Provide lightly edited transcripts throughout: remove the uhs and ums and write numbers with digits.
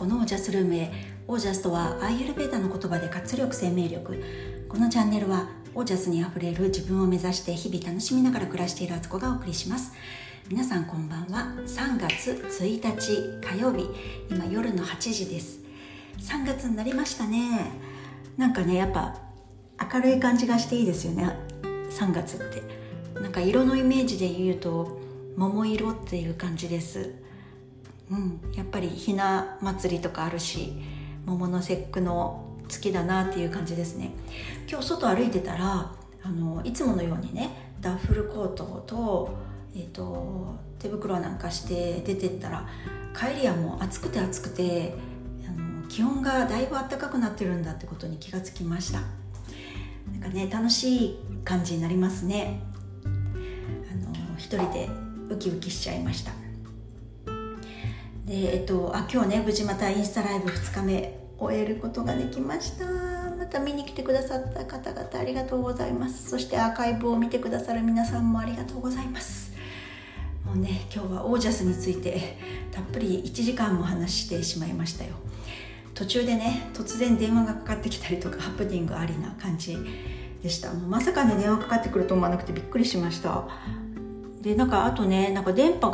このオージャスルームへ。オージャスとはアーユルヴェーダの言葉で活力、生命力。このチャンネルはオージャスにあふれる自分を目指して日々楽しみながら暮らしているあつこがお送りします。皆さんこんばんは。3月1日火曜日、今夜の8時です。3月になりましたね。なんかね、やっぱ明るい感じがしていいですよね。3月ってなんか色のイメージで言うと桃色っていう感じです。やっぱりひな祭りとかあるし、桃の節句の月だなっていう感じですね。今日外歩いてたらいつものようにね、ダッフルコートと、手袋なんかして出てったら、帰りはもう暑くて気温がだいぶ暖かくなってるんだってことに気がつきました。なんかね、楽しい感じになりますね。一人でウキウキしちゃいました。で、今日ね、無事またインスタライブ2日目終えることができました。また見に来てくださった方々ありがとうございます。そしてアーカイブを見てくださる皆さんもありがとうございます。もうね、今日はオージャスについてたっぷり1時間も話してしまいましたよ。途中でね、突然電話がかかってきたりとか、ハプニングありな感じでした。もうまさかね、電話かかってくると思わなくてびっくりしました。で、あとね、電波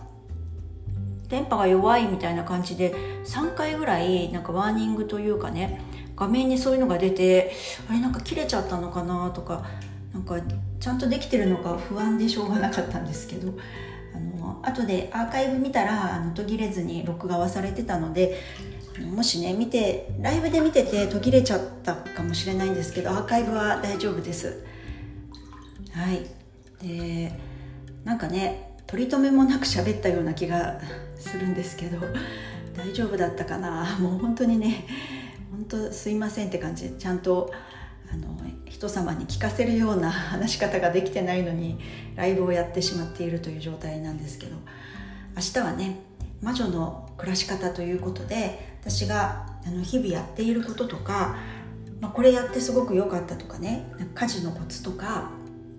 が弱いみたいな感じで3回ぐらいワーニングというかね、画面にそういうのが出て、あれ切れちゃったのかなとか、ちゃんとできてるのか不安でしょうがなかったんですけど、後でアーカイブ見たら途切れずに録画はされてたので、もしね、ライブで見てて途切れちゃったかもしれないんですけど、アーカイブは大丈夫です。はい。で、取り留めもなく喋ったような気がするんですけど、大丈夫だったかな。もう本当にね、本当すいませんって感じ。ちゃんと人様に聞かせるような話し方ができてないのにライブをやってしまっているという状態なんですけど、明日はね、魔女の暮らし方ということで、私が日々やっていることとか、これやってすごく良かったとかね、家事のコツとか、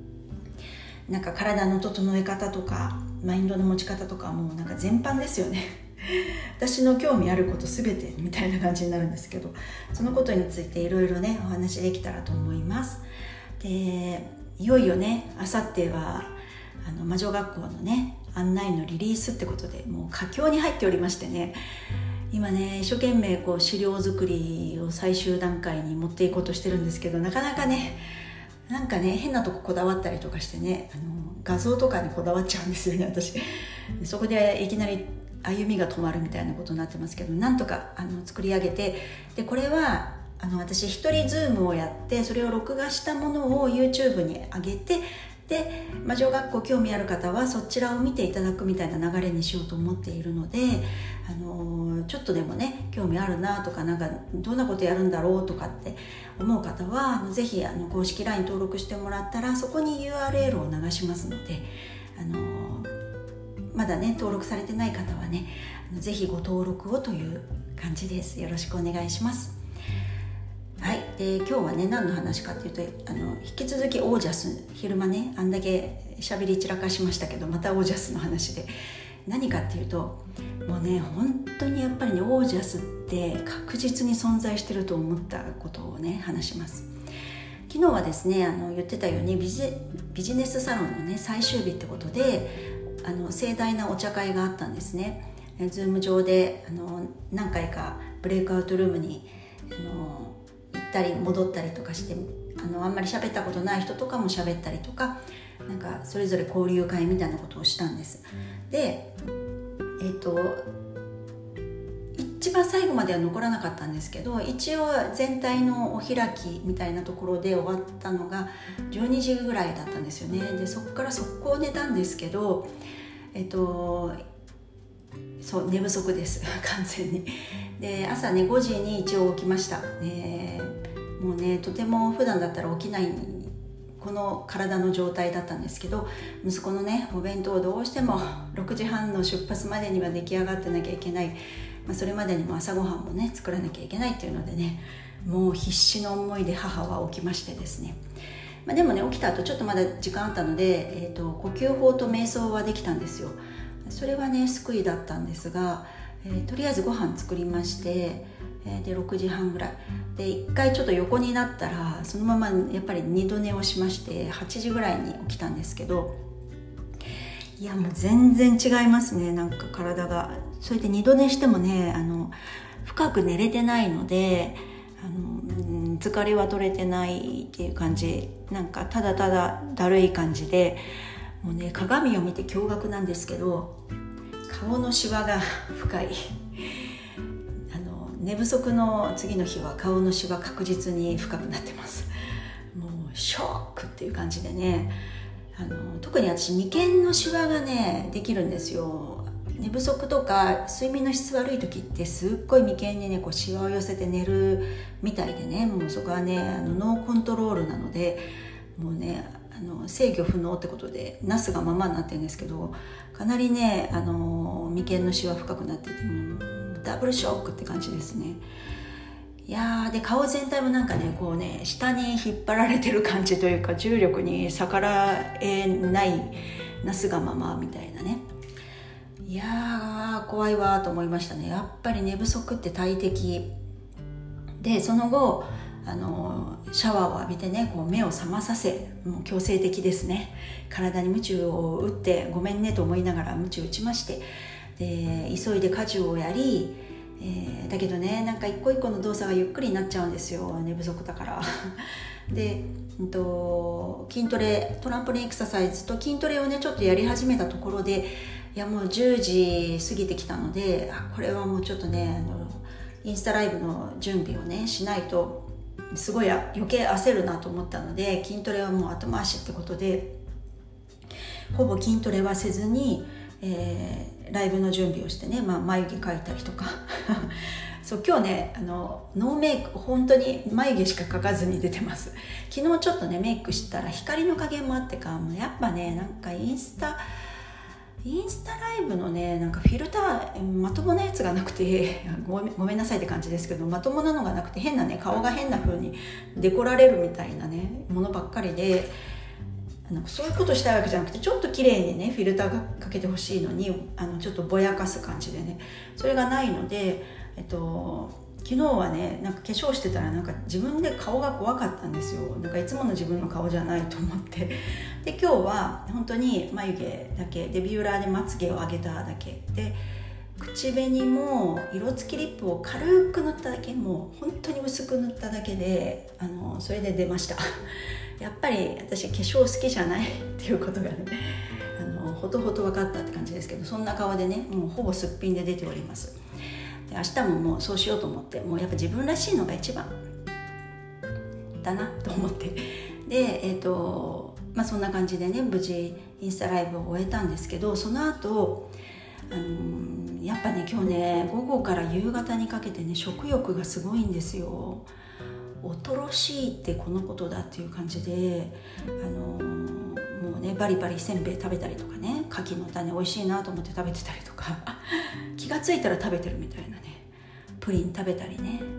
体の整え方とか、マインドの持ち方とか、もう全般ですよね。私の興味あることすべてみたいな感じになるんですけど、そのことについていろいろね、お話できたらと思います。で、いよいよね、あさっては魔女学校のね、案内のリリースってことで、もう佳境に入っておりましてね、今ね、一生懸命資料作りを最終段階に持っていこうとしてるんですけど、なかなかね、変なとここだわったりとかしてね、画像とかにこだわっちゃうんですよね、私。そこでいきなり歩みが止まるみたいなことになってますけど、なんとか作り上げて、でこれは私一人ズームをやって、それを録画したものを YouTube に上げて、で魔女学校興味ある方はそちらを見ていただくみたいな流れにしようと思っているので、ちょっとでもね、興味あるなとか、どんなことやるんだろうとかって思う方は、ぜひ公式 LINE 登録してもらったら、そこに URL を流しますので、まだね、登録されてない方はね、ぜひご登録をという感じです。よろしくお願いします。はい。で、今日はね、何の話かっていうと、引き続きオージャス、昼間ね、あんだけ喋り散らかしましたけど、またオージャスの話で、何かっていうと、もうね、本当にやっぱりね、オージャスって確実に存在してると思ったことをね、話します。昨日はですね、言ってたようにビジネスサロンのね、最終日ってことで、盛大なお茶会があったんですね。ズーム上で何回かブレイクアウトルームに行ったり戻ったりとかして、あんまり喋ったことない人とかも喋ったりとか、それぞれ交流会みたいなことをしたんです。で、一番最後までは残らなかったんですけど、一応全体のお開きみたいなところで終わったのが12時ぐらいだったんですよね。で、そこから速攻寝たんですけど、そう寝不足です完全に。で、朝ね5時に一応起きました。もうね、とても普段だったら起きないこの体の状態だったんですけど、息子のねお弁当をどうしても6時半の出発までには出来上がってなきゃいけない、それまでにも朝ごはんもね作らなきゃいけないっていうのでね、もう必死の思いで母は起きましてですね、でもね起きた後ちょっとまだ時間あったので、呼吸法と瞑想はできたんですよ。それはね救いだったんですが、 とりあえずご飯作りまして、で6時半ぐらいで一回ちょっと横になったらそのままやっぱり二度寝をしまして、8時ぐらいに起きたんですけど、いやもう全然違いますね、なんか体が。それで二度寝してもね、深く寝れてないので疲れは取れてないっていう感じ、なんかただただだるい感じで、もうね鏡を見て驚愕なんですけど、顔のシワが深い。寝不足の次の日は顔のシワ確実に深くなってます。もうショックっていう感じでね、特に私眉間のシワがねできるんですよ。寝不足とか睡眠の質悪い時ってすっごい眉間にねこうシワを寄せて寝るみたいでね、もうそこはねノーコントロールなので、もうね制御不能ってことでなすがままになってるんですけど、かなりね眉間のシワ深くなってて、もうダブルショックって感じですね。いやで顔全体もなんかねこうね下に引っ張られてる感じというか、重力に逆らえないなすがままみたいなね。いや怖いわと思いましたね。やっぱり寝不足って大敵で、その後シャワーを浴びてねこう目を覚まさせ、もう強制的ですね。体に鞭を打ってごめんねと思いながら鞭を打ちまして、で急いで家事をやり、だけどねなんか一個一個の動作がゆっくりになっちゃうんですよ、寝不足だからで、筋トレ、トランポリンエクササイズと筋トレをねちょっとやり始めたところで、いやもう10時過ぎてきたので、これはもうちょっとねインスタライブの準備をねしないとすごい余計焦るなと思ったので、筋トレはもう後回しってことでほぼ筋トレはせずに、ライブの準備をしてね、眉毛描いたりとかそう今日ねノーメイク、本当に眉毛しか描かずに出てます。昨日ちょっとねメイクしたら光の加減もあってか、もうやっぱねなんかインスタライブのねなんかフィルターまともなやつがなくてごめんなさいって感じですけど、まともなのがなくて変なね顔が変な風にデコられるみたいなねものばっかりで、なんかそういうことしたいわけじゃなくて、ちょっと綺麗にねフィルターがかけてほしいのにちょっとぼやかす感じでね、それがないので、昨日はねなんか化粧してたらなんか自分で顔が怖かったんですよ。なんかいつもの自分の顔じゃないと思って、で今日は本当に眉毛だけでビューラーでまつげを上げただけで、口紅も色付きリップを軽く塗っただけ、もう本当に薄く塗っただけでそれで出ましたやっぱり私化粧好きじゃないっていうことがねほとほと分かったって感じですけど、そんな顔でねもうほぼすっぴんで出ております。で明日ももうそうしようと思って、もうやっぱ自分らしいのが一番だなと思ってでそんな感じでね無事インスタライブを終えたんですけど、その後やっぱね今日ね午後から夕方にかけてね食欲がすごいんですよ。恐ろしいってこのことだっていう感じでもうねバリバリせんべい食べたりとかね、柿の種美味しいなと思って食べてたりとか気がついたら食べてるみたいなね、プリン食べたりね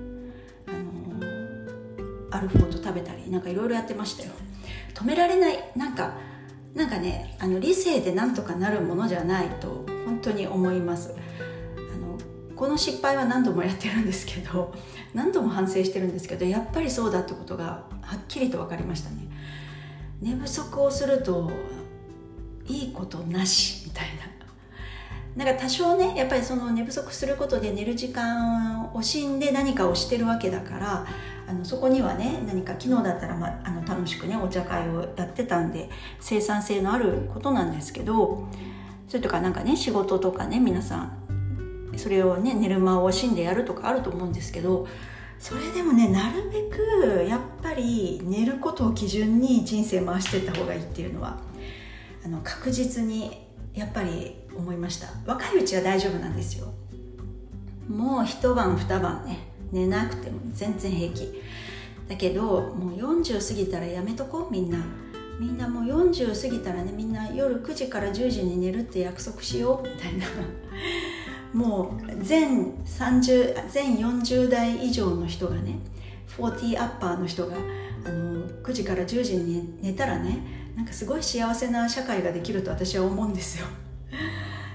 アルフォート食べたり、なんかいろいろやってましたよ。止められない、なんかね理性でなんとかなるものじゃないと本当に思います。この失敗は何度もやってるんですけど、何度も反省してるんですけど、やっぱりそうだってことがはっきりと分かりましたね。寝不足をするといいことなしみたいな、なんか多少ねやっぱりその寝不足することで寝る時間を惜しんで何かをしてるわけだから、そこにはね何か昨日だったら、楽しくねお茶会をやってたんで生産性のあることなんですけど、それとかなんかね仕事とかね皆さんそれをね寝る間を惜しんでやるとかあると思うんですけど、それでもねなるべくやっぱり寝ることを基準に人生回していった方がいいっていうのは確実にやっぱり思いました。若いうちは大丈夫なんですよ。もう一晩二晩ね寝なくても全然平気だけど、もう40過ぎたらやめとこう。みんなもう40過ぎたらねみんな夜9時から10時に寝るって約束しようみたいなもう全40代以上の人がね40アッパーの人が9時から10時に寝たらねなんかすごい幸せな社会ができると私は思うんですよ。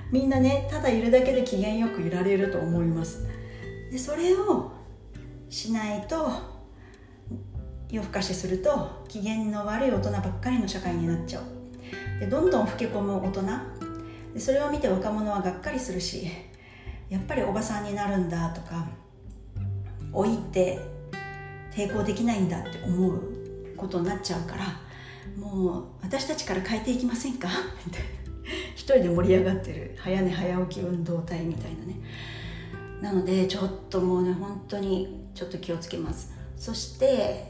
みんなねただいるだけで機嫌よくいられると思います。でそれをしないと、夜更かしすると機嫌の悪い大人ばっかりの社会になっちゃう。でどんどん老け込む大人で、それを見て若者はがっかりするし、やっぱりおばさんになるんだとか、老いって抵抗できないんだって思うことになっちゃうから、もう私たちから変えていきませんかみたいな、一人で盛り上がってる早寝早起き運動体みたいなね。なのでちょっともうね本当にちょっと気をつけます。そして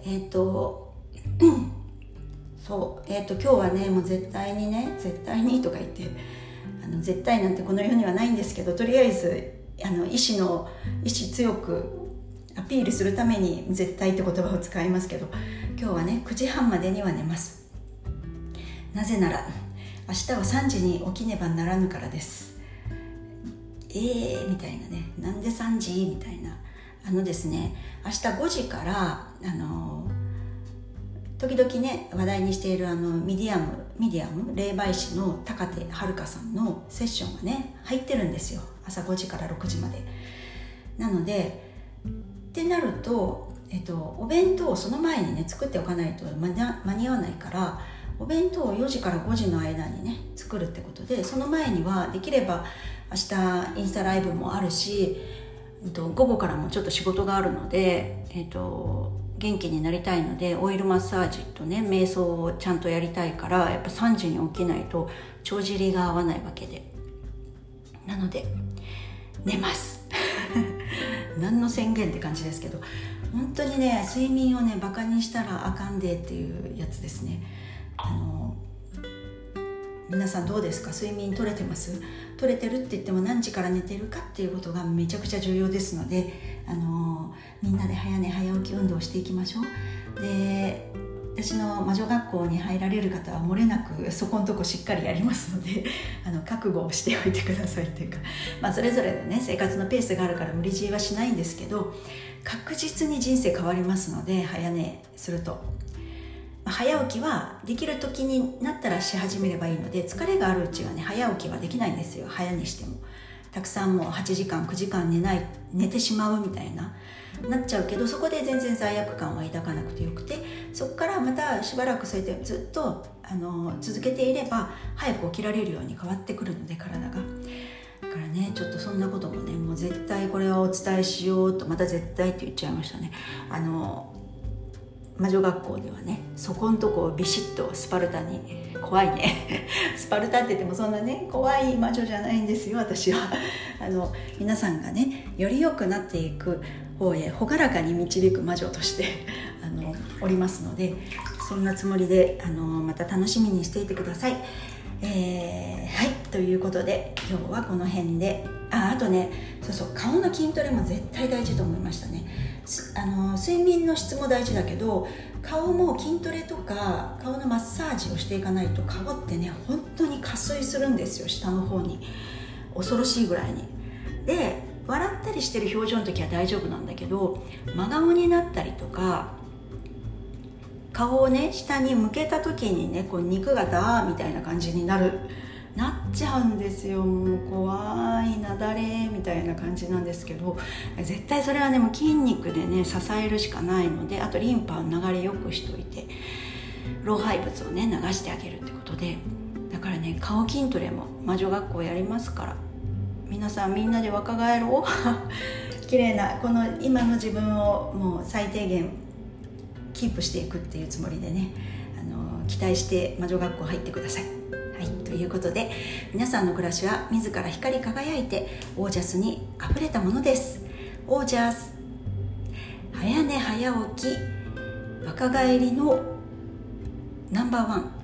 そう今日はねもう絶対にとか言って絶対なんてこの世にはないんですけど、とりあえず意志強くアピールするために絶対って言葉を使いますけど、今日はね9時半までには寝ます。なぜなら明日は3時に起きねばならぬからです。みたいなね、なんで3時みたいな。ですね、明日5時から時々ね話題にしているミディアム霊媒師の高手遥さんのセッションがね入ってるんですよ、朝5時から6時まで。なのでってなると、お弁当をその前にね作っておかないと間に合わないから、お弁当を4時から5時の間にね作るってことで、その前にはできれば明日インスタライブもあるし、午後からもちょっと仕事があるので、元気になりたいのでオイルマッサージとね瞑想をちゃんとやりたいから、やっぱ3時に起きないと帳尻が合わないわけで、なので寝ます何の宣言って感じですけど、本当にね睡眠をねバカにしたらあかんでっていうやつですね。皆さんどうですか？睡眠取れてます？取れてるって言っても何時から寝てるかっていうことがめちゃくちゃ重要ですので、みんなで早寝早起き運動していきましょう。で私の魔女学校に入られる方は漏れなくそこのとこしっかりやりますので覚悟をしておいてくださいっていうか、それぞれのね生活のペースがあるから無理強いはしないんですけど、確実に人生変わりますので、早寝すると。早起きはできる時になったらし始めればいいので、疲れがあるうちはね早起きはできないんですよ。早寝してもたくさんもう8時間9時間寝てしまうみたいなっちゃうけど、そこで全然罪悪感は抱かなくてよくて、そこからまたしばらくそうやってずっと続けていれば早く起きられるように変わってくるので、体が。だからねちょっとそんなこともねもう絶対これはお伝えしようと、また絶対って言っちゃいましたね。魔女学校ではねそこんとこをビシッとスパルタに、怖いねスパルタって言ってもそんなね怖い魔女じゃないんですよ私は皆さんがねより良くなっていく方へ朗らかに導く魔女としておりますので、そんなつもりでまた楽しみにしていてください。はいということで今日はこの辺で、あとねそう顔の筋トレも絶対大事と思いましたね。睡眠の質も大事だけど、顔も筋トレとか顔のマッサージをしていかないと、顔ってね本当に下垂するんですよ、下の方に。恐ろしいぐらいに。で笑ったりしてる表情の時は大丈夫なんだけど、真顔になったりとか顔をね下に向けた時にねこう肉がダーみたいな感じになっちゃうんですよ。もう怖いなだれみたいな感じなんですけど、絶対それはねもう筋肉でね支えるしかないので、あとリンパの流れよくしといて老廃物をね流してあげるってことで、だからね顔筋トレも魔女学校やりますから、皆さんみんなで若返ろう綺麗なこの今の自分をもう最低限キープしていくっていうつもりでね期待して魔女学校入ってください。はい、ということで皆さんの暮らしは自ら光り輝いてオージャスにあふれたものです。オージャス、早寝早起き若返りのナンバーワン